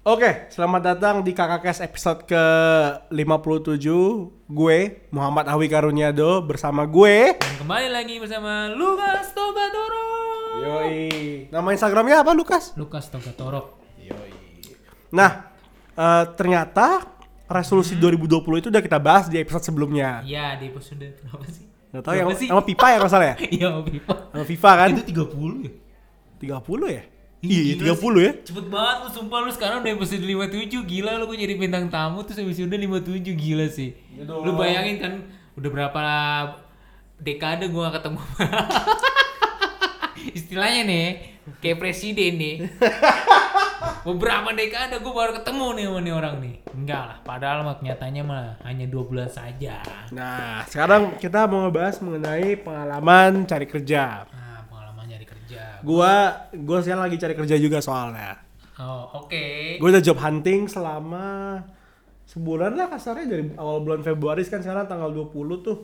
Oke, selamat datang di KKKS episode ke-57. Gue, Muhammad Ahwi Karuniado, bersama gue. Dan kembali lagi bersama Lukas Togatoro. Yoi. Nama Instagramnya apa, Lukas? Lukas Togatoro. Yoi. Nah, ternyata resolusi 2020 itu udah kita bahas di episode sebelumnya. Iya, di episode berapa sih? Gak tau yang sama Pipa ya masalah ya? Iya, sama Pipa. Sama FIFA kan? Itu 30 ya? 30 ya? Iya, 30 ya? Cepet banget lu, sumpah lu sekarang udah episode 57. Gila lu, gue jadi bintang tamu terus episode 57, gila sih. Ya dong. Lu bayangin kan udah berapa dekade gue gak ketemu. Istilahnya nih, kayak presiden nih. Beberapa dekade gue baru ketemu nih sama nih orang nih. Enggak lah, padahal mah nyatanya mah hanya 2 bulan saja. Nah, sekarang kita mau ngebahas mengenai pengalaman cari kerja. Nah, pengalaman nyari kerja. Gua sekarang lagi cari kerja juga soalnya. Oh, oke. Gue udah job hunting selama sebulan lah kasarnya, dari awal bulan Februari kan sekarang tanggal 20 tuh.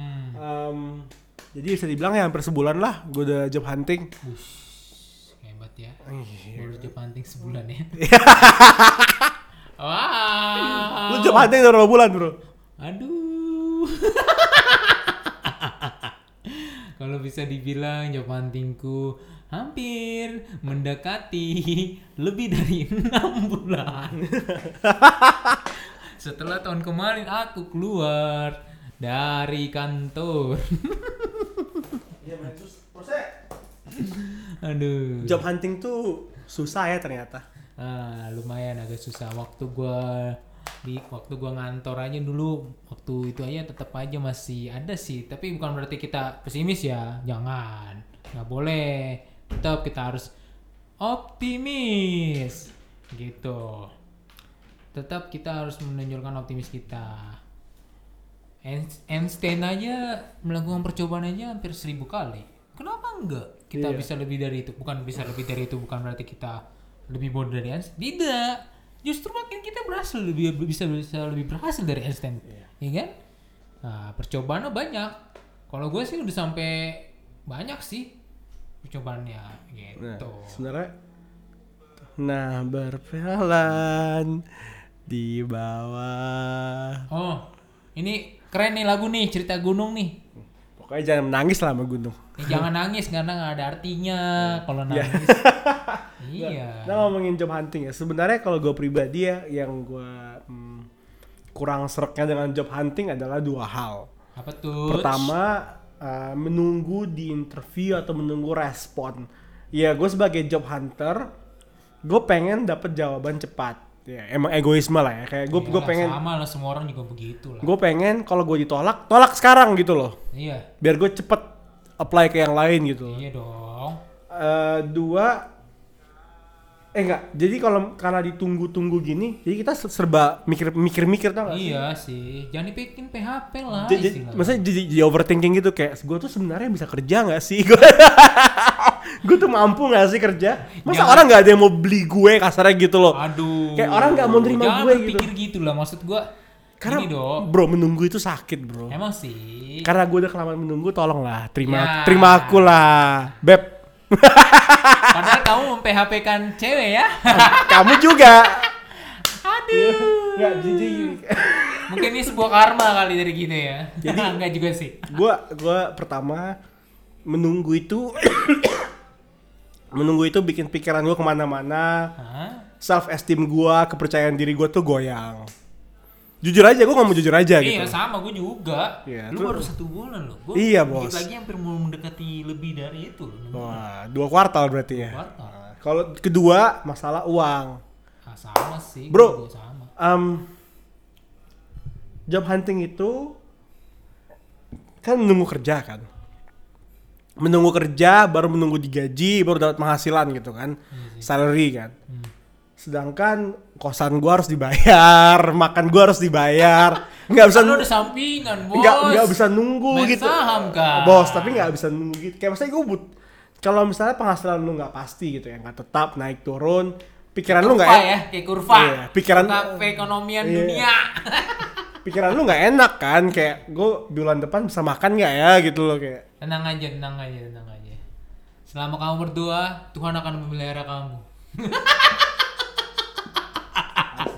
Jadi bisa dibilang ya hampir sebulan lah gue udah job hunting. Hebat ya. Iya. Baru job hunting sebulan ya. Lu job hunting udah berapa bulan, Bro? Aduh. Kalau bisa dibilang job huntingku hampir mendekati lebih dari 6 bulan. Setelah tahun kemarin aku keluar dari kantor. Iya, terus proses. Aduh. Job hunting tuh susah ya ternyata. Lumayan agak susah. Waktu gua ngantor aja dulu, waktu itu aja tetap aja masih ada sih, tapi bukan berarti kita pesimis ya, jangan, nggak boleh, tetap kita harus optimis gitu, tetap kita harus menunjukkan optimis kita. Einstein aja melakukan percobaan aja hampir 1000 kali, kenapa enggak kita bisa lebih dari itu? Bukan bisa lebih dari itu bukan berarti kita lebih bodoh dari Einstein, tidak. Justru makin kita bisa lebih berhasil dari Einstein, ya kan? Nah, percobaannya banyak. Kalau gue sih udah sampai banyak sih percobaannya, gitu. Nah, berjalan di bawah. Oh, ini keren nih lagu nih, cerita gunung nih. Pokoknya jangan menangis lah sama gunung. Jangan nangis karena nggak ada artinya kalau nangis. Iya. Nah, ngomongin job hunting ya. Sebenarnya kalau gue pribadi ya, yang gue kurang sereknya dengan job hunting adalah 2 hal. Apa tuh? Pertama, menunggu di interview atau menunggu respon. Ya, gue sebagai job hunter, gue pengen dapet jawaban cepat. Ya, emang egoisme lah ya. Kayak gue pengen. Sama lah, semua orang juga begitu lah. Gue pengen kalau gue ditolak, tolak sekarang gitu loh. Iya. Biar gue cepet apply ke yang lain gitu. Iya dong. 2, enggak. Jadi karena ditunggu-tunggu gini, jadi kita serba mikir-mikir tau gak sih? Iya sih. Jangan dipikirin PHP lah. Maksudnya jadi overthinking gitu, kayak gue tuh sebenarnya bisa kerja nggak sih? Gue tuh mampu nggak sih kerja? Masa orang nggak ada yang mau beli gue kasarnya gitu loh? Aduh. Kayak orang nggak mau nerima gue gitu. Jangan berpikir gitu lah, maksud gue. Karena gini dong. Bro, menunggu itu sakit, bro. Emang sih. Karena gue udah kelamaan menunggu, tolonglah terima aku lah, beb. Padahal kamu mem-PHP-kan cewek ya. Kamu juga. Aduh. Nggak, jadi mungkin ini sebuah karma kali dari gitu ya. Jadi enggak juga sih. Gue pertama menunggu itu bikin pikiran gue kemana-mana. Self esteem gue, kepercayaan diri gue tuh goyang. Jujur aja, gue ngomong jujur aja gitu. Iya sama, gue juga. Iya, Lu baru 1 bulan loh. Gua iya bos. dikit lagi hampir mau mendekati lebih dari itu. Wah, 2 kuartal berarti ya. Kuartal. Kalau kedua masalah uang. Sama sih. Bro, juga sama. Job hunting itu kan menunggu kerja kan. Menunggu kerja, baru menunggu digaji, baru dapat penghasilan gitu kan. Salary kan. Sedangkan kosan gua harus dibayar, makan gua harus dibayar. Nggak bisa Lu udah sampingan, bos. Nggak bisa nunggu main gitu. Saham kan. Bos, tapi nggak bisa nunggu gitu. Kayak maksudnya gue kalau misalnya penghasilan lu nggak pasti gitu ya, nggak tetap naik turun, pikiran lu nggak ya, kayak kurva. Iya, pikiran perekonomian dunia. Pikiran lu nggak enak kan, kayak gue bulan depan bisa makan nggak ya gitu loh kayak. Tenang aja. Selama kamu berdua, Tuhan akan memelihara kamu.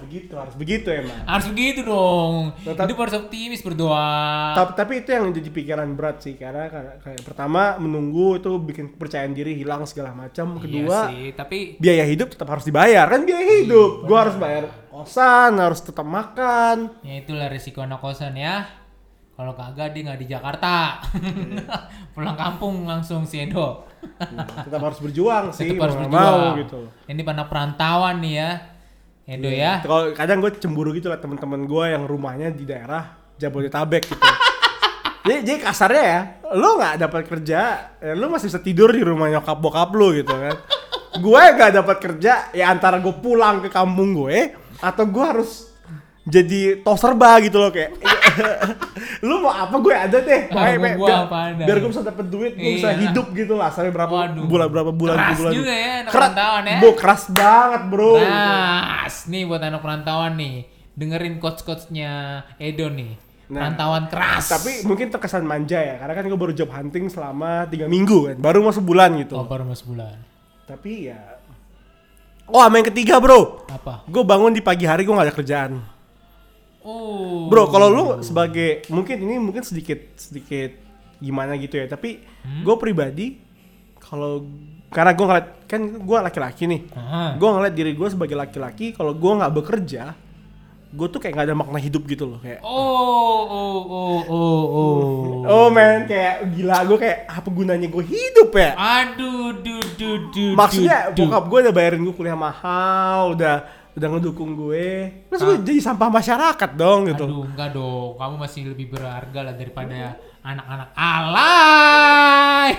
harus begitu emang. Harus begitu dong. Tetap- Hidup harus optimis, berdoa. Tapi itu yang jadi pikiran berat sih karena kayak pertama menunggu itu bikin kepercayaan diri hilang segala macam. Kedua, iya sih, tapi biaya hidup tetap harus dibayar kan biaya hidup. Gua harus bayar kosan, harus tetap makan. ya itulah resiko anak kosan ya. Kalau kagak dia nggak di Jakarta. Pulang kampung langsung si Edo. Tetap harus berjuang sih. Tetap harus mau nggak berjuang. mau gitu. Ini anak perantauan nih ya. Edo ya. Kalau kadang gue cemburu gitu lah teman-teman gue yang rumahnya di daerah Jabodetabek gitu. jadi kasarnya ya, lo nggak dapat kerja, lo masih bisa tidur di rumah nyokap bokap lo gitu kan. Gue nggak dapat kerja, ya antara gue pulang ke kampung gue atau gue harus jadi tos serba gitu loh kayak. Lu mau apa gue ada deh. Biar gue bisa dapet duit, gue bisa hidup gitu lah sampai berapa bulan. Keras juga ya anak perantauan ya. Keras banget bro. Keras. Nih buat anak perantauan nih. Dengerin coach-coachnya Edo nih. Perantauan keras. Tapi mungkin terkesan manja ya. Karena kan gue baru job hunting selama 3 minggu kan. Baru mau sebulan gitu. Oh baru mau sebulan. Tapi ya. Oh sama yang ketiga bro. Apa? Gue bangun di pagi hari gue gak ada kerjaan. Oh. Bro, kalau lu sebagai mungkin sedikit gimana gitu ya, tapi gue pribadi kalau karena gue ngeliat kan gue laki-laki nih, gue ngeliat diri gue sebagai laki-laki kalau gue nggak bekerja, gue tuh kayak nggak ada makna hidup gitu loh kayak. Oh man, kayak gila gue kayak apa gunanya gue hidup ya? Aduh, Maksudnya bokap gue udah bayarin gue kuliah mahal, udah ngedukung gue, terus gue jadi sampah masyarakat dong gitu. Aduh, enggak dong, kamu masih lebih berharga lah daripada anak-anak alay.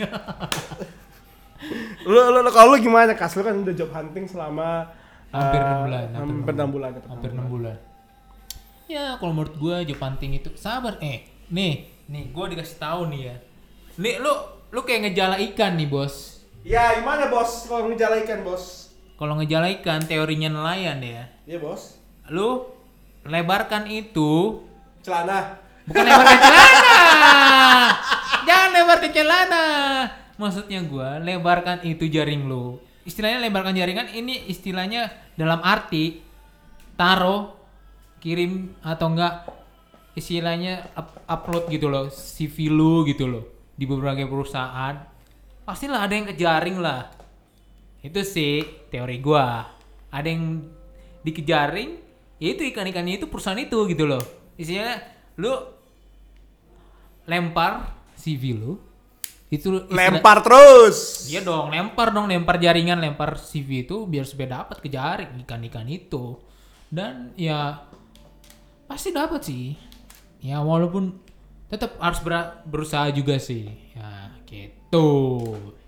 Lu kalau lu gimana Kas? Lu kan udah job hunting selama hampir 6 bulan. Hampir 6 bulan. Ya, kalau menurut gue job hunting itu sabar. Nih, gue dikasih tahu nih ya. Nih, lu kayak ngejala ikan nih, Bos. Ya, gimana Bos kalau ngejala ikan, Bos? Kalau ngejala ikan teorinya nelayan ya. Iya, Bos. Lu lebarkan itu Celana. bukan lebarkan celana. Jangan lebarkan celana. Maksudnya gua lebarkan itu jaring lu. Istilahnya lebarkan jaringan ini istilahnya dalam arti taruh, kirim atau enggak istilahnya upload gitu loh CV lu gitu loh di beberapa perusahaan. Pastilah ada yang kejaring lah. Itu sih teori gua. Ada yang dikejaring, ya itu ikan-ikannya itu perusahaan itu gitu loh. Istilahnya lu lempar CV lu. Itu lempar terus. Iya dong, lempar jaringan, lempar CV itu biar supaya dapat kejaring ikan-ikan itu. Dan ya pasti dapat sih. Ya walaupun tetap harus berusaha juga sih. Ya gitu.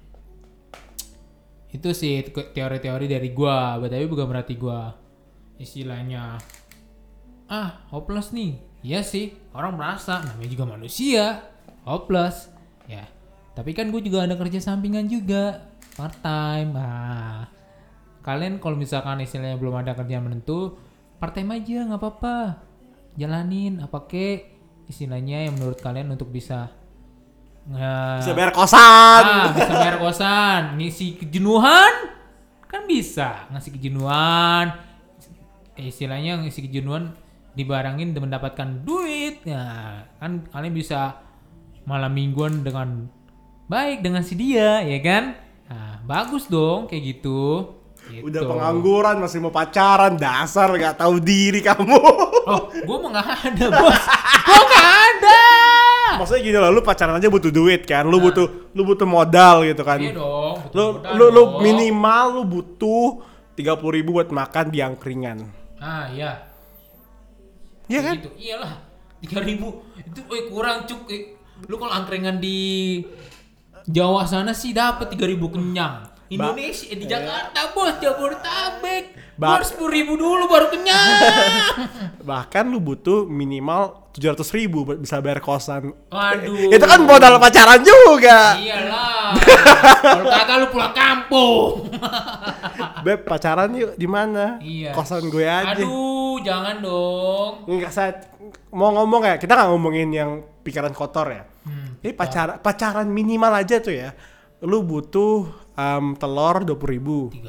Itu sih teori-teori dari gua, tapi bukan berarti gua istilahnya hopeless nih. Iya sih, orang merasa namanya juga manusia hopeless. Ya, tapi kan gua juga ada kerja sampingan juga, part time. Kalian kalau misalkan istilahnya belum ada kerjaan menentu, part time aja nggak apa-apa. Jalanin apa kek istilahnya yang menurut kalian untuk bisa bayar kosan. Bisa bayar kosan, ngisi kejenuhan kan bisa ngasih kejenuhan. Istilahnya ngisi kejenuhan dibarengin dan mendapatkan duit. Nah, kan kalian bisa malam mingguan dengan baik dengan si dia, ya kan? Nah, bagus dong kayak gitu. Udah pengangguran masih mau pacaran, dasar nggak tahu diri kamu. Oh, gue mah nggak ada bos, gue nggak ada. Maksudnya gini loh, lu pacaran aja butuh duit kan, lu butuh modal gitu kan. Iya dong. Lu minimal lu butuh 30.000 buat makan di angkringan. Iya. Iya kan? Gitu. Iyalah 3.000 itu kurang cuk. Lu kalau angkringan di Jawa sana sih dapat 3.000 kenyang. Indonesia di Jakarta bos, Jabodetabek. Harus 10.000 dulu baru kenyang. Bahkan lu butuh minimal 700.000 buat bisa bayar kosan. Waduh. Itu kan modal pacaran juga. Iyalah. Kalau kagak lu pulang kampung. Beb, pacaran yuk di mana? Iya. Kosan gue aja. Aduh, jangan dong. Enggak, mau ngomong ya, kita nggak ngomongin yang pikiran kotor ya. Jadi pacaran minimal aja tuh ya. Lu butuh telur 20.000.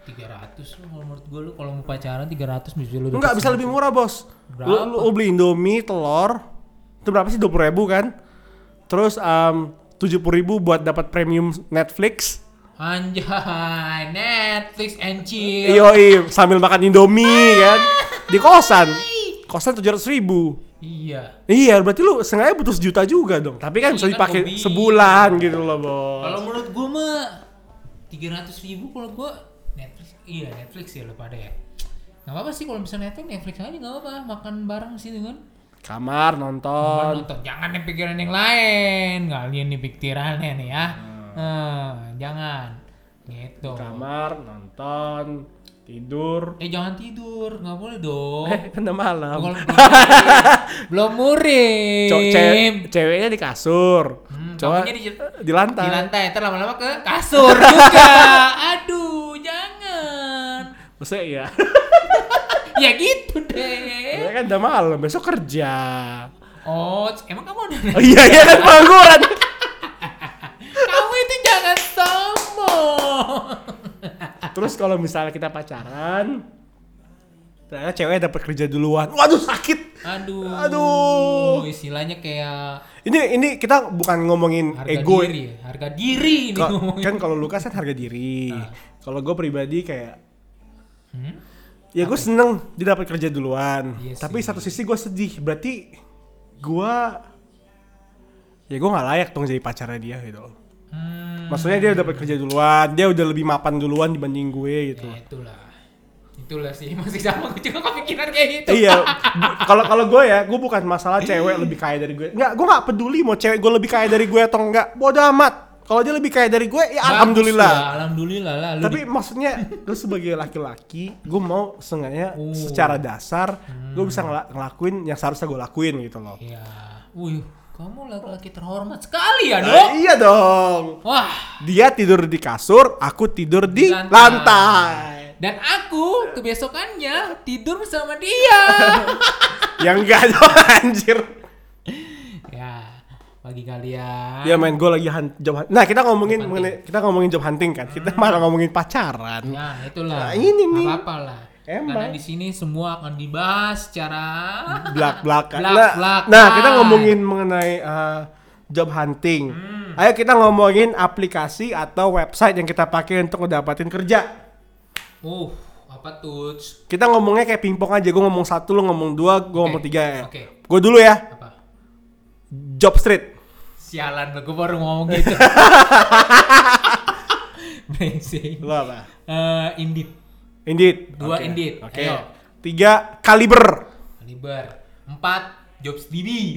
300 lu kalau menurut gue, lu kalau mau pacaran 300 bisa lu Enggak, bisa lebih murah, Bos. Berapa? Lu beli Indomie, telur, itu berapa sih? 20.000 kan? Terus 70.000 buat dapat premium Netflix. Anjay, Netflix and chill. Iya, sambil makan Indomie kan. Di kosan. Kosan 700.000. Iya, berarti lu sengaja butuh 1 juta juga dong. Tapi kan bisa Iya kan, dipakai hobi. sebulan gitu loh, Bos. Kalau menurut gue mah 300.000 kalau gue Netflix ya lo pada ya. Nggak apa-apa sih kalau misalnya Netflix aja nggak apa-apa, makan bareng sih dengan Kamar nonton. jangan nih pikiran yang lain, kalian nih pikirannya nih ya. Jangan gitu. Kamar nonton, tidur. Jangan tidur, nggak boleh dong. Kan udah malam. Kalau belum murim. Ceweknya di kasur. Cowok Cowoknya di lantai. di lantai, ntar lama-lama ke kasur juga. Aduh, jangan. Maksudnya iya. Ya gitu deh. Kan udah malam, besok kerja. Oh, emang kamu udah Oh iya kan pengangguran. kamu itu jangan sombong. Terus kalau misalnya kita pacaran, ternyata cewek dapat kerja duluan. Waduh, sakit. Aduh. Istilahnya kayak Ini kita bukan ngomongin harga ego. diri ya. Harga diri ini ngomongin. Kan kalau Lukas kan harga diri. Kalau gue pribadi kayak ya gue seneng dia dapat kerja duluan. Iya Tapi sih. satu sisi gue sedih. Berarti gue nggak layak dong jadi pacarnya dia gitu loh. Maksudnya dia udah dapat kerja duluan, dia udah lebih mapan duluan dibanding gue gitu. Ya, itulah sih, masih sama gue juga kepikiran kayak gitu. Iya, kalau gue ya, gue bukan masalah cewek lebih kaya dari gue. Enggak, gue nggak peduli mau cewek gue lebih kaya dari gue atau enggak. Bodoh amat. Kalau dia lebih kaya dari gue, ya Bagus alhamdulillah. lah, alhamdulillah lah. Tapi maksudnya, gue sebagai laki-laki, gue mau seenggaknya secara dasar, gue bisa ngelakuin yang seharusnya gue lakuin gitu loh. Iya. Kamu laki-laki terhormat sekali ya, Nah, Dok. iya dong. Wah, Dia tidur di kasur, aku tidur di lantai. dan aku kebesokannya tidur bersama dia. Yang enggak dong, anjir. Ya, bagi kalian. Ya main gue lagi job hunting. Nah, kita ngomongin job hunting kan. Kita malah ngomongin pacaran. Ya, itulah. Nah, ini nih. Apa-apa lah. Emang. Karena di sini semua akan dibahas secara Belak-belakan. Belak-belakan. Nah, kita ngomongin mengenai job hunting. Ayo kita ngomongin aplikasi atau website yang kita pakai untuk ngedapatin kerja. apa tuh? Kita ngomongnya kayak pingpong aja. Gue ngomong 1, lu ngomong 2, gue ngomong 3 ya. Oke. Gue dulu ya. Apa? Job Street. Sialan lo, gue baru ngomong gitu. Brengsek. Lu apa? Indeed. 2 Oke. Indeed. Oke. Ayo. 3 Kaliber. Kaliber. 4 Jobs DB.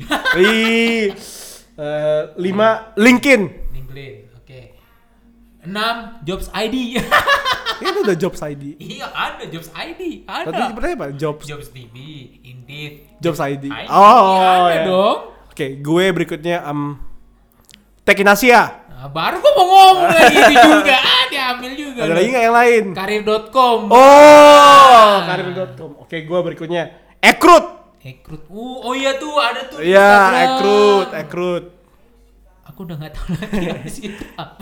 5 LinkedIn. LinkedIn. Oke. 6 Jobs ID. Itu udah Jobs ID. Iya, ada Jobs ID. Ada. Tadi sebenarnya apa? Jobs DB, Indeed. Jobs ID. Oh, ada ya. dong. Oke, gue berikutnya Tekinasia. Nah, baru gue mau ngomong lagi itu juga. Diambil juga. Ada lagi nggak yang lain? Karir.com. Karir.com. Oke, gue berikutnya Ekrut. Oh iya tuh, ada tuh. Iya, Instagram. Ekrut. Aku udah nggak tahu lagi di situ apa.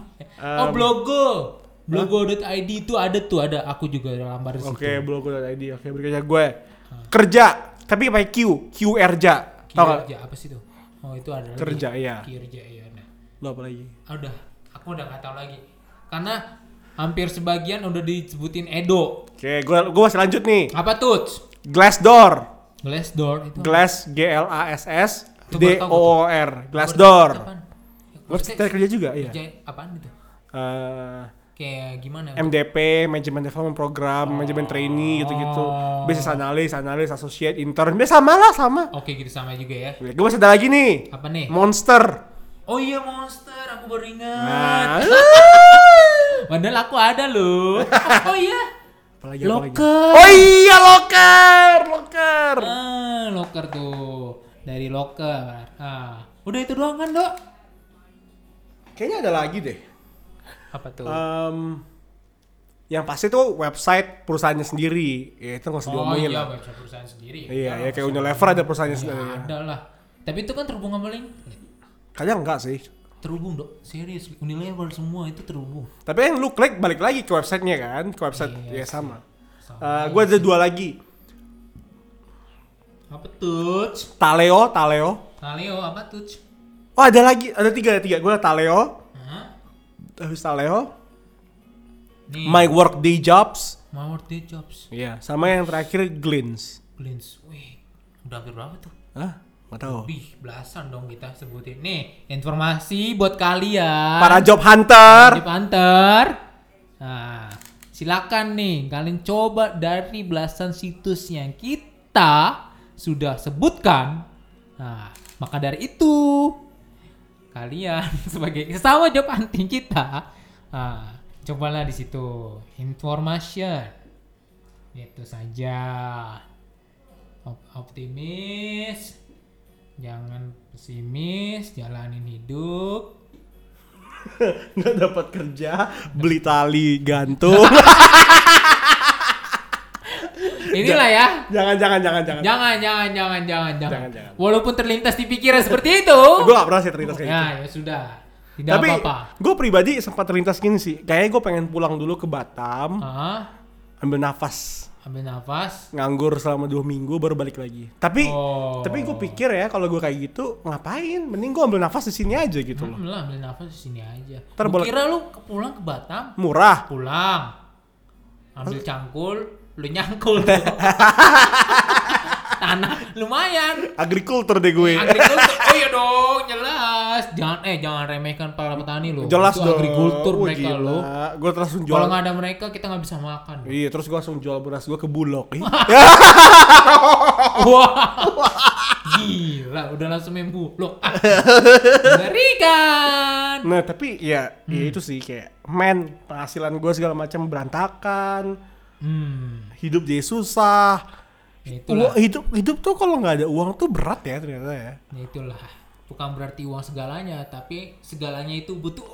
Blogo.id itu ada tuh, ada. Aku juga lambar di situ. Oke, blogo.id. Oke, berikutnya gue kerja, tapi pakai QRja. Tahu nggak? Kinerja apa sih tuh? Oh, itu ada lagi. Kerja, iya. Kinerja, iya. Nah. Lo apa lagi? Aku udah nggak tahu lagi. Karena hampir sebagian udah disebutin Edo. Oke, gue masih lanjut nih. Apa tuh? Glassdoor. Glassdoor itu. Glass GLASS Itu baru tahu DOOR. Glassdoor. Apaan? Website kerja juga, iya. Kerja apaan itu? Kayak gimana? MDP, Management Development Program, Management Trainee gitu-gitu. Business Analyst, Associate, Intern. Biasa sama. Oke, gitu sama juga ya. Gue masih ada lagi nih. Apa nih? Monster. Oh iya, Monster, aku baru ingat. Nah. Padahal aku ada loh. Oh iya. Apalagi? Loker. Oh iya, Loker. Loker tuh. Dari Loker. Udah itu doang kan, Dok? Kayaknya ada lagi deh. Apa tuh? Yang pasti tuh website perusahaannya sendiri. Ya itu nggak usah diomongin iya, lah. website perusahaan sendiri. Iya, ya kayak Unilever ada perusahaannya sendiri. Ada lah. Tapi itu kan terhubung sama LinkedIn. Kayaknya enggak sih. terhubung dok, serius Unilever semua itu terhubung. Tapi yang lu klik balik lagi ke websitenya kan, ke website ya sama. Sama Gue ada 2 lagi. apa tuh? Taleo. Taleo apa tuh? Oh ada lagi, ada 3. Gue ada Taleo, Hah? habis Taleo, Nih, My Workday Jobs, My Workday Jobs. iya, sama yang terakhir Glints. Glance. Wih, udah hampir berapa tuh? Hah? Nggak tahu. Lebih belasan dong kita sebutin. Nih, informasi buat kalian. Para job hunter. Job hunter. Nah, silakan nih kalian coba dari belasan situs yang kita sudah sebutkan. Nah, maka dari itu kalian sebagai sesama job hunting kita, cobalah di situ information. Itu saja. Optimis, jangan pesimis, jalanin hidup. Nggak dapat kerja, beli tali gantung. Inilah ya. Jangan. Jangan. Walaupun terlintas di pikiran seperti itu. Gue gak pernah sih terlintas kayak gitu. Ya sudah. Tidak Tapi apa-apa. gue pribadi sempat terlintas gini sih. Kayaknya gue pengen pulang dulu ke Batam, ambil nafas, Ambil nafas. nganggur selama 2 minggu baru balik lagi. Tapi gue pikir ya kalau gue kayak gitu ngapain? Mending gue ambil nafas di sini aja gitu loh. Ambil nafas di sini aja. Ntar Gua kira lu pulang ke Batam, Murah. pulang. Ambil cangkul, lu nyangkul tuh. Tanah lumayan. Agrikultur deh gue. Agrikultur. Oh iya dong, jelas. Jangan remehkan para petani lo. Jelas itu dong. agrikultur mereka gila. lo. Gue langsung jual. Kalau nggak ada mereka kita nggak bisa makan. Iya, terus gue langsung jual beras gue ke Bulog. Wah. Gila, udah langsung main bulog. Mengerikan. Nah tapi ya itu sih kayak penghasilan gue segala macam berantakan. Hidup jadi susah. Itulah. Hidup tuh kalau nggak ada uang tuh berat ya ternyata ya. Itulah. Bukan berarti uang segalanya, tapi segalanya itu butuh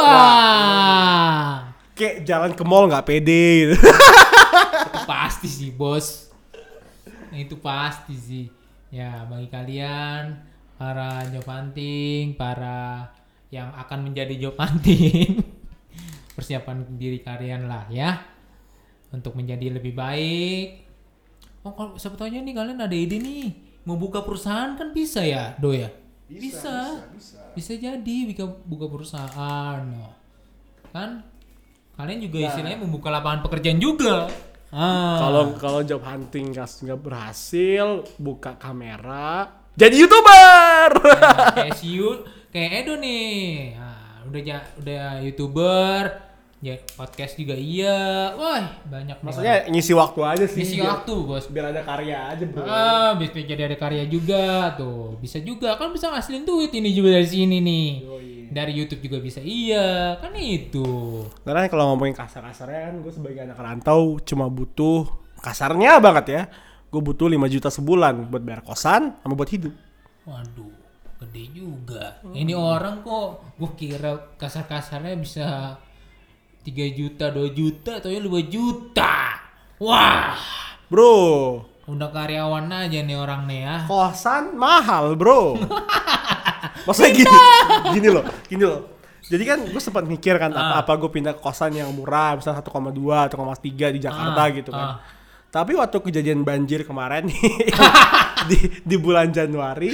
uang. Kayak jalan ke mall nggak pede gitu. Itu pasti sih, bos. Itu pasti sih. Ya, bagi kalian para job hunting, para yang akan menjadi job hunting, persiapan diri kalian lah ya untuk menjadi lebih baik. Oh, kalau siapa tahu nih kalian ada ide nih mau buka perusahaan kan bisa ya, Do ya? Bisa jadi buka perusahaan. No. Kan kalian juga istilahnya membuka lapangan pekerjaan juga. Kalau job hunting nggak berhasil, buka kamera, jadi YouTuber. Nah, kayak Edo nih. Nah, udah YouTuber. Ya, podcast juga iya. Wah, banyak. Maksudnya ngisi waktu aja sih. Ngisi waktu, bos. Biar ada karya aja, bro. Bisa jadi ada karya juga tuh. Bisa juga kan bisa ngasilin duit ini juga dari sini nih. Dari YouTube juga bisa. Iya, kan itu. Karena kalau ngomongin kasar-kasarnya kan gue sebagai anak rantau cuma butuh kasarnya banget ya. Gue butuh 5 juta sebulan buat bayar kosan sama buat hidup. Waduh, gede juga. Ini orang kok gue kira kasar-kasarnya bisa 3 juta, 2 juta, atau 5 juta. Wah. Bro. Udah karyawan aja nih orang nih ya. Kosan mahal, bro. Maksudnya gini loh. Jadi kan gue sempat mikir kan apa gue pindah ke kosan yang murah, misalnya 1,2, 1,3 di Jakarta gitu kan. Tapi waktu kejadian banjir kemarin di bulan Januari,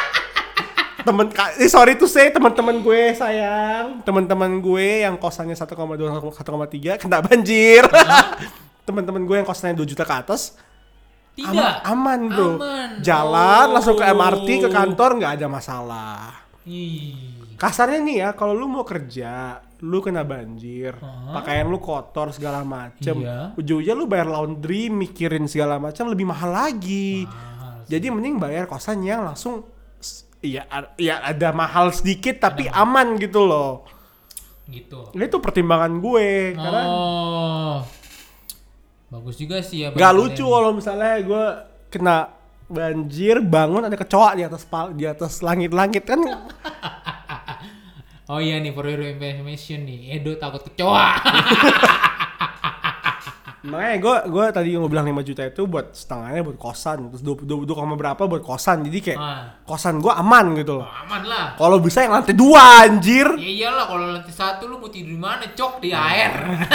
teman-teman gue sayang, teman-teman gue yang kosannya 1,2 1,3 kena banjir. Teman-teman gue yang kosannya 2 juta ke atas aman bro. Jalan langsung ke MRT ke kantor nggak ada masalah. Kasarnya nih ya, kalau lu mau kerja, lu kena banjir, pakaian lu kotor segala macem, ujung-ujungnya lu bayar laundry, mikirin segala macam lebih mahal lagi. Jadi mending bayar kosan yang langsung Iya ada mahal sedikit tapi aman gitu loh. Gitu. Itu pertimbangan gue karena bagus juga sih ya. Gak lucu kalau misalnya gue kena banjir bangun ada kecoa di atas langit-langit kan. Oh iya nih, for your information nih, Edo takut kecoa. Makanya gue tadi yang gue bilang 5 juta itu buat setengahnya buat kosan, terus 22 berapa buat kosan. Jadi kayak kosan gue aman gitu loh. Aman lah. Kalau bisa yang lantai 2 anjir. Ya iyalah, kalau lantai 1 lu mau tidur di mana? Cok di air.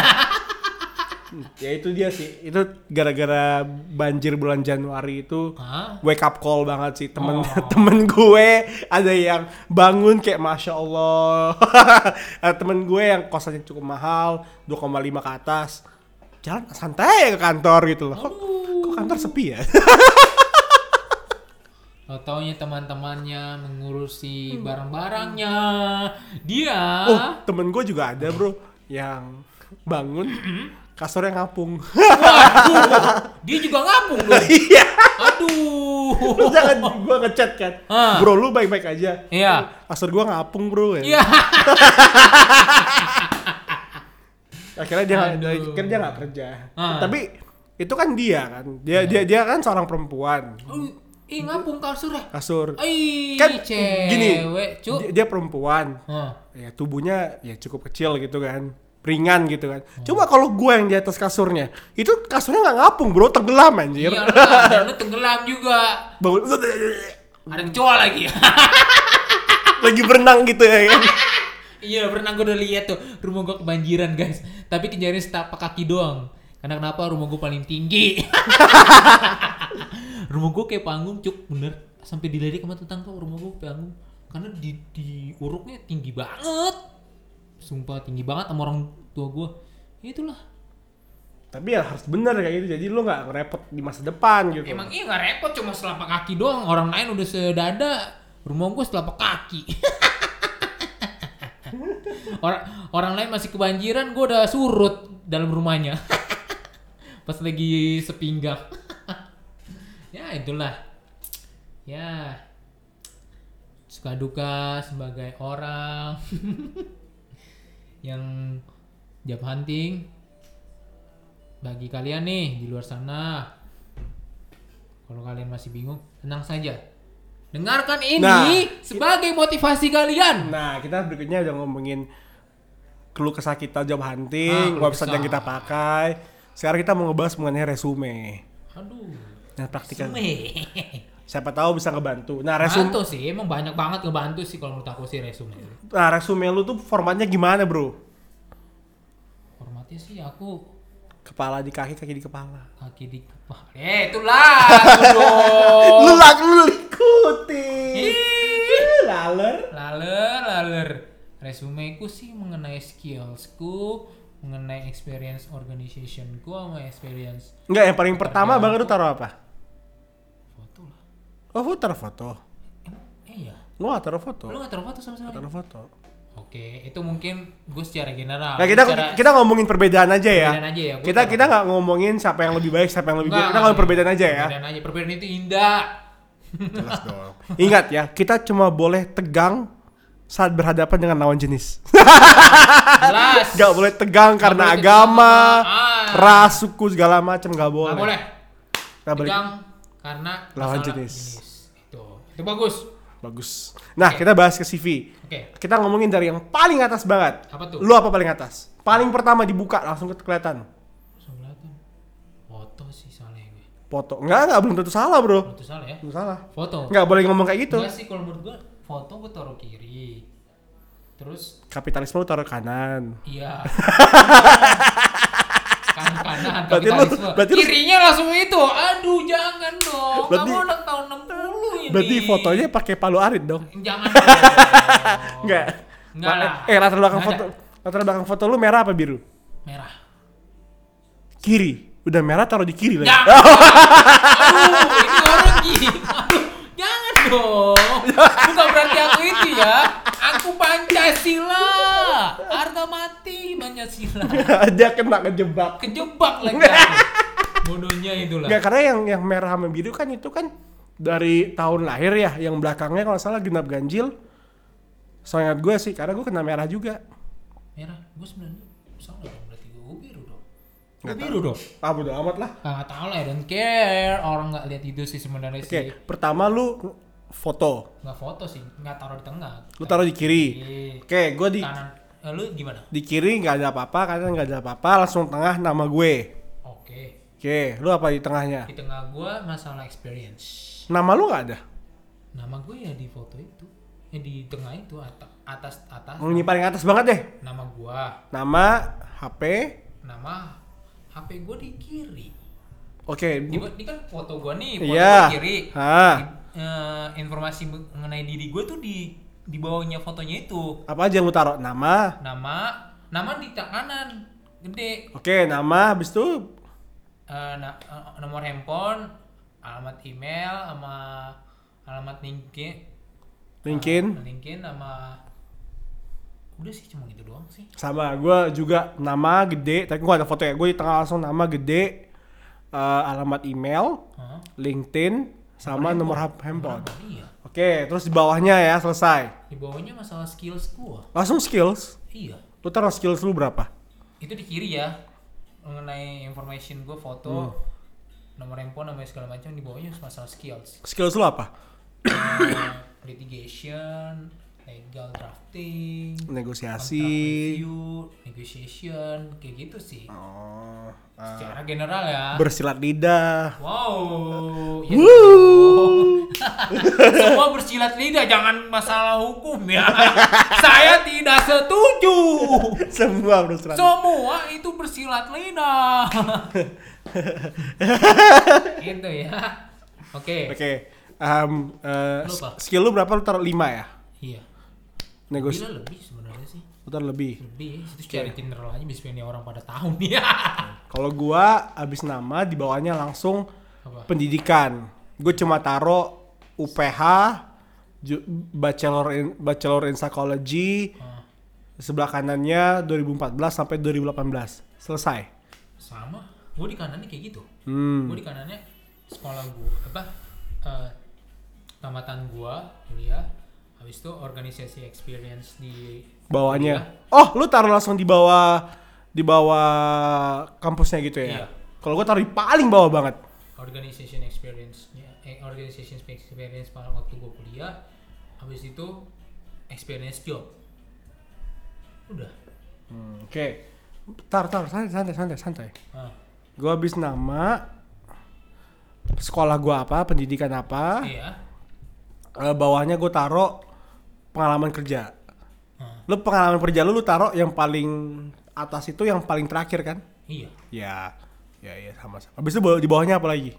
Ya itu dia sih. Itu gara-gara banjir bulan Januari itu wake up call banget sih temen gue. Ada yang bangun kayak Masya Allah. Ada temen gue yang kosannya cukup mahal, 2,5 ke atas. Jalan santai ke kantor gitu loh. Kok kantor sepi ya? Taunya teman-temannya mengurusi barang-barangnya. Dia. Temen gue juga ada bro yang bangun kasurnya ngapung. Waduh, dia juga ngapung dong. Iya. Aduh. Terus jangan gue ngechat kan. Bro lu baik-baik aja. Iya. Kasur gue ngapung bro. Iya. Akhirnya dia nggak kerja. Tapi itu kan dia kan. Dia kan seorang perempuan. Ngapung kasurnya. Kasur. Kan cewek, gini. Dia perempuan. Ya tubuhnya ya cukup kecil gitu kan. Ringan gitu kan. Coba kalau gue yang di atas kasurnya, itu kasurnya nggak ngapung bro, tenggelam anjir. Iyalah, dan lu tenggelam juga. Bangun. Ada kecoa lagi. Lagi berenang gitu ya kan. Iya, pernah gue udah lihat tuh rumah gue kebanjiran guys. Tapi kejadian setapak kaki doang. Karena kenapa rumah gue paling tinggi. Rumah gue kayak panggung cuk, bener. Sampai diledek sama tetangga rumah gue panggung. Karena di uruknya tinggi banget. Sumpah tinggi banget sama orang tua gue. Ya itulah. Tapi ya harus bener kayak gitu. Jadi lu gak ngerepot di masa depan gitu. Emang iya gak repot, cuma selapak kaki doang. Orang lain udah sedada. Rumah gue selapak kaki. Orang lain masih kebanjiran, gue udah surut dalam rumahnya. Pas lagi sepinggang. Ya itulah. Ya suka duka sebagai orang yang job hunting. Bagi kalian nih di luar sana, kalau kalian masih bingung, tenang saja. Dengarkan ini sebagai motivasi kalian. Nah, kita berikutnya udah ngomongin keluh kesah kita job hunting, website yang kita pakai. Sekarang kita mau ngebahas mengenai resume. Aduh. Nah, praktikan. Siapa tahu bisa ngebantu. Nah, Bantu sih, emang banyak banget ngebantu sih kalau menurut aku sih resume. Nah, resume lu tuh formatnya gimana, bro? Formatnya sih aku kepala di kaki, kaki di kepala. Kaki di kepala. Itulah, dong. Lu ikuti. Laler. Resumeku sih mengenai skillsku, mengenai experience organizationku sama experience. Enggak, yang paling pertama Bang lu taruh apa? Foto lah. Oh, lu taruh foto. Iya. Lu gak taruh foto? Lu gak taruh foto sama sekali? Taruh foto. Oke, itu mungkin gue secara general. Nah, kita ngomongin perbedaan aja ya. Perbedaan aja ya. Kita nggak ngomongin siapa yang lebih baik, siapa yang lebih buruk. Kita ngomongin perbedaan aja ya. Perbedaan itu indah. Jelas dong. Ingat ya, kita cuma boleh tegang saat berhadapan dengan lawan jenis. Jelas. Gak boleh tegang karena agama, ras, suku segala macam gak boleh. Gak boleh. Tegang karena lawan jenis. Itu bagus. Nah, kita bahas ke CV. Kita ngomongin dari yang paling atas banget. Apa tuh? Lu apa paling atas? Paling pertama dibuka langsung kelihatan. Foto sih soalnya gue. Foto. Enggak, belum tentu salah, bro. Belum tentu salah ya? Belum salah. Foto. Enggak boleh ngomong kayak gitu. Enggak sih, kalau menurut gue foto gue taruh kiri. Terus kapitalisme lu taruh kanan. Iya. kanan kapitalisme. Kirinya langsung itu. Aduh, jangan dong. Kamu anak tahun 60 ini. Berarti fotonya pakai Palu Arit dong. Jangan dong. Enggak lah. Latar belakang foto lu merah apa biru? Merah. Kiri. Udah merah taruh di kiri lagi. Aduh, ini orang gini. Aduh, jangan dong. Bukan berarti aku itu ya. Aku Pancasila. Harga mati Pancasila. Dia kena kejebak lagi. Bodohnya itulah. Enggak, karena yang merah sama biru kan itu kan dari tahun lahir ya. Yang belakangnya kalau salah genap ganjil. Soalnya gue sih, karena gue kena merah juga. Merah? Gue sebenarnya salah dong, berarti gue biru dong. Gue biru dong? Ah, bodo amat lah. Gak tau lah, I don't care. Orang gak lihat itu sih sebenarnya sih. Pertama lu foto. Gak foto sih, gak taruh di tengah. Lu taruh di kiri. Gue di kanan. Lu gimana? Di kiri gak ada apa-apa, kanan gak ada apa-apa, langsung tengah nama gue. Oke. Oke, lu apa di tengahnya? Di tengah gua masalah experience. Nama lu nggak ada? Nama gue ya di foto itu. Ya di tengah itu atas. Ini paling atas banget deh. Nama gua. Nama, HP. Nama HP gua di kiri. Oke. Ini kan foto gua nih, foto Iya. gua kiri. Ah. Informasi mengenai diri gua tuh di bawahnya fotonya itu. Apa aja yang lu taruh? Nama. Nama di kanan gede. Oke, nama habis itu Nomor handphone, alamat email, sama alamat LinkedIn sama udah sih cuma gitu doang sih. sama gue juga nama gede, tapi gue ada foto ya. Gue di tengah langsung nama gede, alamat email, LinkedIn, sama nomor handphone. Iya. Oke, terus di bawahnya ya selesai. Di bawahnya masalah skills gua. Langsung skills. Iya. Lu taruh skills lu berapa? Itu di kiri ya. Mengenai information gua, foto, nomor handphone, sama segala macam. Di bawahnya masalah skills. Skills lu apa? Litigation, legal drafting, Negosiasi. contract review, negotiation, kayak gitu sih. Oh, Secara general ya. bersilat lidah. Wow. Ya dong. Semua bersilat lidah, jangan masalah hukum ya. Saya tidak setuju. Semua bersilat. Semua itu bersilat lidah. Gitu ya. Oke. Oke. Lu apa? Skill lu berapa? Lu taruh 5 ya? Iya. Negosiasi. Gila lebih sebenarnya sih. Lu taruh lebih. Lebih. Itu secara general aja biasanya orang pada tahu nih ya. Kalau gua abis nama di bawahnya langsung Apa? pendidikan. Gue cuma taruh UPH, Bachelor in Psychology. Sebelah kanannya 2014 sampai 2018. Selesai. Sama. Gue di kanannya kayak gitu. Gue di kanannya sekolah gue tamatan gue kuliah. Habis itu organisasi experience di Bawahnya. kuliah. Oh, lu taruh langsung di bawah kampusnya gitu ya? Iya. Kalau gue taruh di paling bawah banget. Organization experience pada waktu gue kuliah. Habis itu experience job. Udah. Oke. Tar, santai. Ah, Gue habis nama, sekolah gue apa, pendidikan apa. iya. Bawahnya gue taruh pengalaman kerja. Lu pengalaman kerja lu taruh yang paling atas itu yang paling terakhir kan? Iya. Ya sama. Habis itu di bawahnya apa lagi?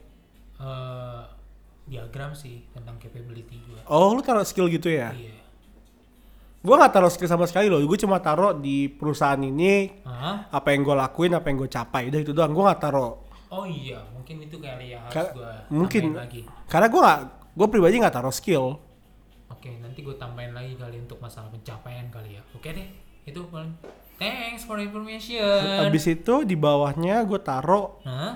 Diagram sih tentang capability gue. Oh, lu taruh skill gitu ya? Iya. Gue nggak taruh skill sama sekali loh. Gue cuma taruh di perusahaan ini apa yang gue lakuin, apa yang gue capai. Udah itu doang. Gue nggak taruh. Oh iya, mungkin itu kali ya harus gue mungkin tambahin lagi. karena gue pribadi nggak taruh skill. Oke, nanti gue tambahin lagi kali untuk masalah pencapaian kali ya. Oke deh, itu paling. Thanks for information. Habis itu di bawahnya gue taruh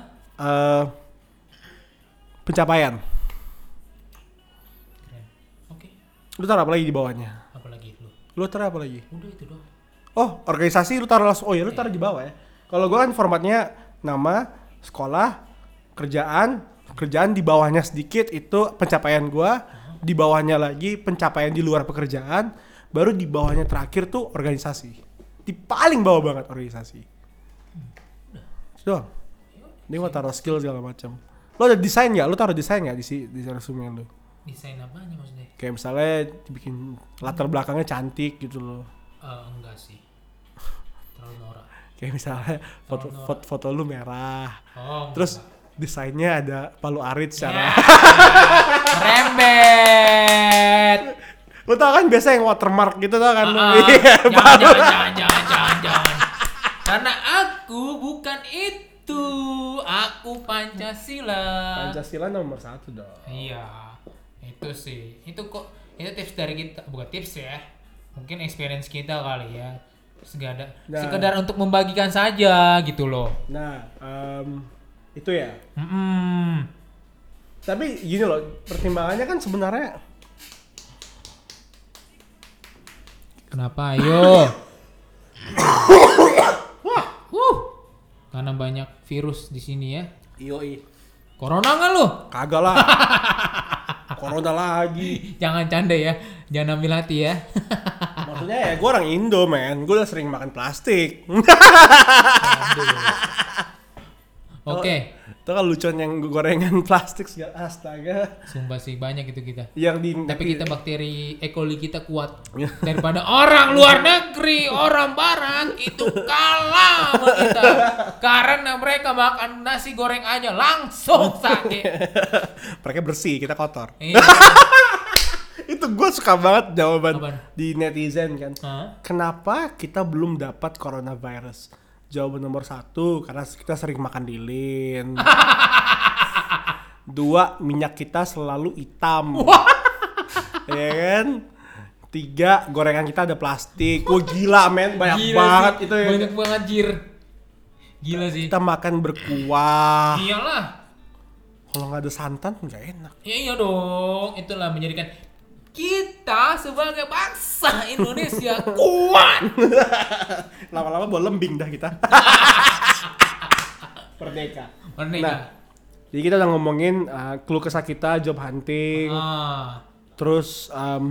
pencapaian. Keren. Oke, Lu taruh apa lagi di bawahnya? apalagi lu? Lu taruh apa lagi? Udah itu doang. Oh, organisasi lu taruh langsung. Oh ya, lu taruh di bawah ya. Kalau gue kan formatnya nama, sekolah, kerjaan di bawahnya sedikit itu pencapaian gue, di bawahnya lagi pencapaian di luar pekerjaan, baru di bawahnya terakhir tuh organisasi. Di paling bawah banget organisasi. Doang. Ini gua taruh skill segala macam. Lo ada desain nggak? Lo taruh desain nggak di resume lu? Desain apanya maksudnya? Kayak misalnya dibikin latar belakangnya cantik gitu loh. Enggak sih. Terlalu norak. Kayak misalnya foto lu merah. Oh, Terus desainnya ada Palu Arit secara rembet. Lo tau kan biasa yang watermark gitu tau kan? Jangan. Karena aku bukan itu. Aku Pancasila. Pancasila nomor 1 dong. Iya. Itu sih. Itu tips dari kita. Bukan tips ya. Mungkin experience kita kali ya. Sekedar untuk membagikan saja gitu loh. Nah, itu ya. Mm-mm. Tapi gini loh, pertimbangannya kan sebenarnya. Kenapa? Ayo. Karena banyak virus di sini ya. Yoi. Corona nggak lu? Kagak lah. Corona lagi. Jangan canda ya. Jangan ambil hati ya. Maksudnya ya gue orang Indo men. Gue udah sering makan plastik. Oke. Itu kan lucuan yang gorengan plastik segala astaga. Sumpah sih banyak itu kita. Yang di Tapi kita bakteri E. coli kita kuat daripada orang luar negeri, orang barat itu kalah sama kita. Karena mereka makan nasi goreng aja langsung sakit. mereka bersih, kita kotor. Iya. Itu gue suka banget jawaban Apaan? di netizen kan. Hah? Kenapa kita belum dapat coronavirus? Jawaban nomor 1, karena kita sering makan lilin. 2, minyak kita selalu hitam. Ya kan? 3, gorengan kita ada plastik. Wah gila men, banyak Gila banget sih. itu ya. Banyak banget jir. Gila sih. Kita makan berkuah. Iyalah. Kalau nggak ada santan nggak enak. Ya iya dong. Itulah menjadikan kita sebagai bangsa Indonesia kuat. Lama-lama bawa lembing dah kita. Merdeka. Merdeka. Nah, jadi kita udah ngomongin keluh kesah kita, job hunting, terus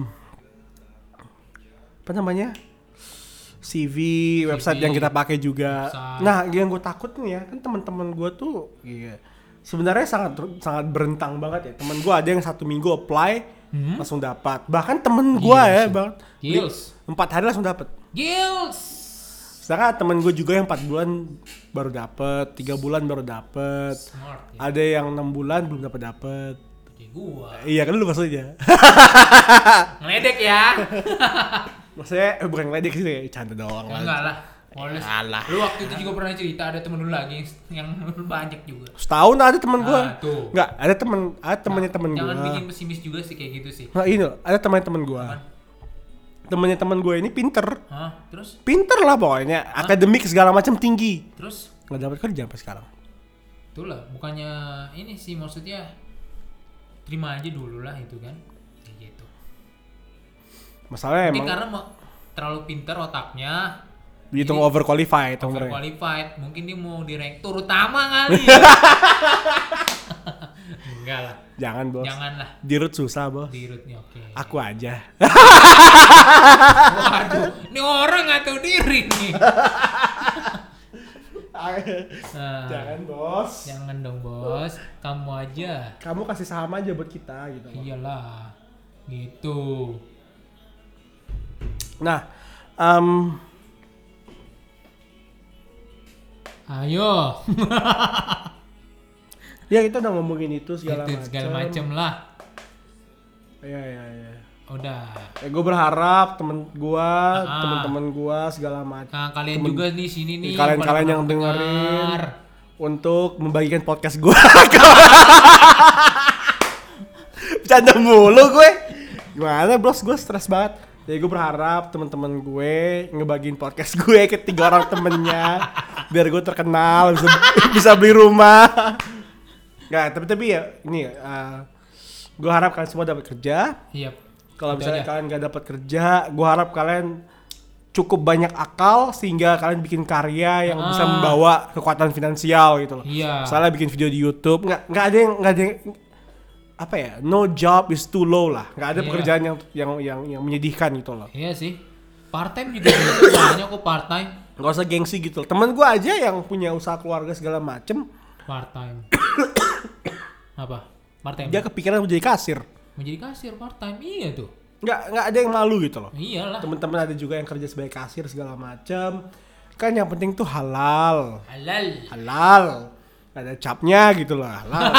apa namanya, CV, website yang kita pakai juga. Website. Nah, yang gue takut nih ya, kan teman-teman gue tuh, sebenarnya sangat berentang banget ya. Temen gue ada yang 1 minggu apply langsung dapat. Bahkan temen gue ya, bang, Gils. 4 hari langsung dapat. Gils. Sedangkan temen gue juga yang 4 bulan baru dapet, 3 bulan baru dapet. Smart ya. Ada yang 6 bulan belum dapet. Kayak gua. Iya kan lu maksudnya. Ngeledek ya. Maksudnya bukan ngeledek sih, canda doang. Enggak lah. Moles. Alah. Lu waktu itu juga pernah cerita ada temen lu lagi yang banyak juga. Setahun ada temen gue. Tuh. Enggak, ada temennya temen gue. Jangan bikin pesimis juga sih kayak gitu sih. Nah ini loh, ada temen gue. Temennya temen gue ini pinter. Hah? Terus? Pinter lah pokoknya. Akademik segala macam tinggi. Terus? Nggak dapat kerja sampai sekarang. Itulah, bukannya ini sih maksudnya terima aja dulu lah itu kan. Kayak gitu. Masalahnya Mungkin emang karena terlalu pintar otaknya. dihitung Jadi, overqualified mereka. overqualified. Mungkin dia mau direktur utama kali ya. Enggak lah. Jangan bos. Janganlah. Dirut susah bos. Dirutnya oke. Aku aja. Waduh, ini orang nggak tahu diri nih. Nah, Jangan bos. jangan dong bos, kamu aja. Kamu kasih saham aja buat kita gitu. Iyalah, gitu. Nah, Ayo, ya kita udah ngomongin itu segala itu segala macem lah. Iya. Udah. Gue berharap temen-temen gua segala macam. Nah, kalian juga di sini nih. Kalian yang pada dengerin dengar. untuk membagikan podcast gua. Bercanda mulu gue. Gimana bos, gue stres banget. Jadi gue berharap teman-teman gue ngebagiin podcast gue ke 3 orang temennya biar gue terkenal, bisa beli rumah. Nggak, tapi ya ini gue harap kalian semua dapat kerja. Iya. Kalau Itu misalnya aja. kalian nggak dapat kerja, gue harap kalian cukup banyak akal sehingga kalian bikin karya yang bisa membawa kekuatan finansial gitu loh. Iya. Misalnya bikin video di YouTube, nggak ada yang apa ya, no job is too low lah, nggak ada Iya. pekerjaan yang menyedihkan gitu loh. Iya sih. Part time juga bisa, banyak kok part time. Nggak usah gengsi gitu loh. Temen gue aja yang punya usaha keluarga segala macem, Part time. Apa? Part time. dia kepikiran mau jadi kasir. Menjadi kasir part time. Iya tuh. Nggak ada yang malu gitu loh. Iyalah. Temen-temen ada juga yang kerja sebagai kasir segala macem. Kan yang penting tuh halal. Halal. Gak ada capnya gitu loh. Halal.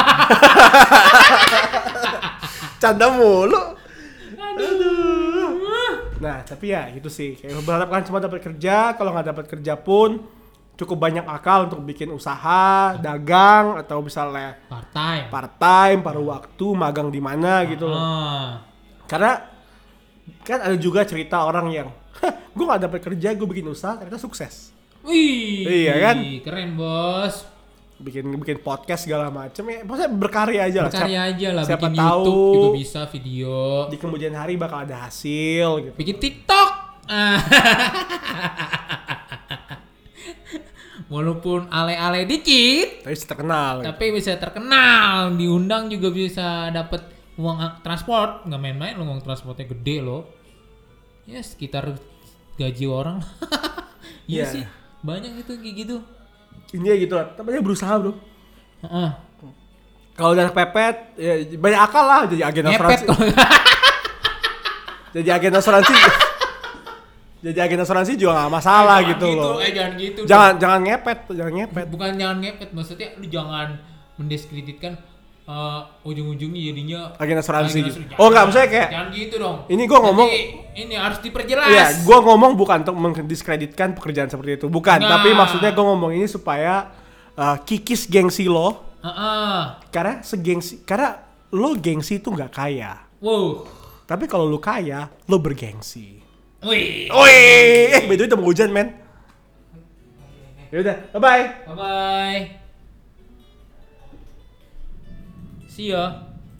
Canda mulu. Aduh. Nah tapi ya gitu sih. Kayak berharap kan semua dapat kerja. Kalau nggak dapat kerja pun cukup banyak akal untuk bikin usaha, dagang, atau misalnya Part time. paruh waktu, magang di mana gitu loh. Ah. Karena kan ada juga cerita orang yang gue nggak dapat kerja, gue bikin usaha ternyata sukses. Wih. Iya kan? Keren bos. bikin podcast segala macem ya, maksudnya berkarya aja lah. Berkarya aja lah. siapa Bikin tahu YouTube juga bisa video. di kemudian hari bakal ada hasil gitu. Bikin TikTok. Ah. Walaupun ale-ale dikit, Tapi terkenal. Gitu. tapi bisa terkenal. Diundang juga bisa dapat uang transport. Nggak main-main loh, uang transportnya gede loh. Ya sekitar gaji orang. Iya Iya. sih. Banyak gitu kayak gitu. Ini gitu lah. Tapi dia berusaha bro. Heeh. Kalau udah kepepet, ya banyak akal lah jadi agen Ngepet asuransi. kalau Jadi agen asuransi. Jadi agen asuransi juga gak masalah jangan gitu loh. Jangan gitu. Jangan ngepet, jangan ngepet. Bukan jangan ngepet, maksudnya lu jangan mendiskreditkan ujung-ujungnya jadinya Agen asuransi agen gitu. asuransi. Oh enggak, maksudnya kayak Jangan gitu dong. ini gua ngomong Jadi, ini harus diperjelas. iya, gua ngomong bukan untuk mendiskreditkan pekerjaan seperti itu. Bukan, Nah. tapi maksudnya gua ngomong ini supaya kikis gengsi lo. Heeh. Karena lo gengsi itu nggak kaya. Wow. Tapi kalau lo kaya, lo bergengsi. Wih. Wih, by the way udah mau hujan, men. Yaudah, bye-bye. Bye bye. See ya.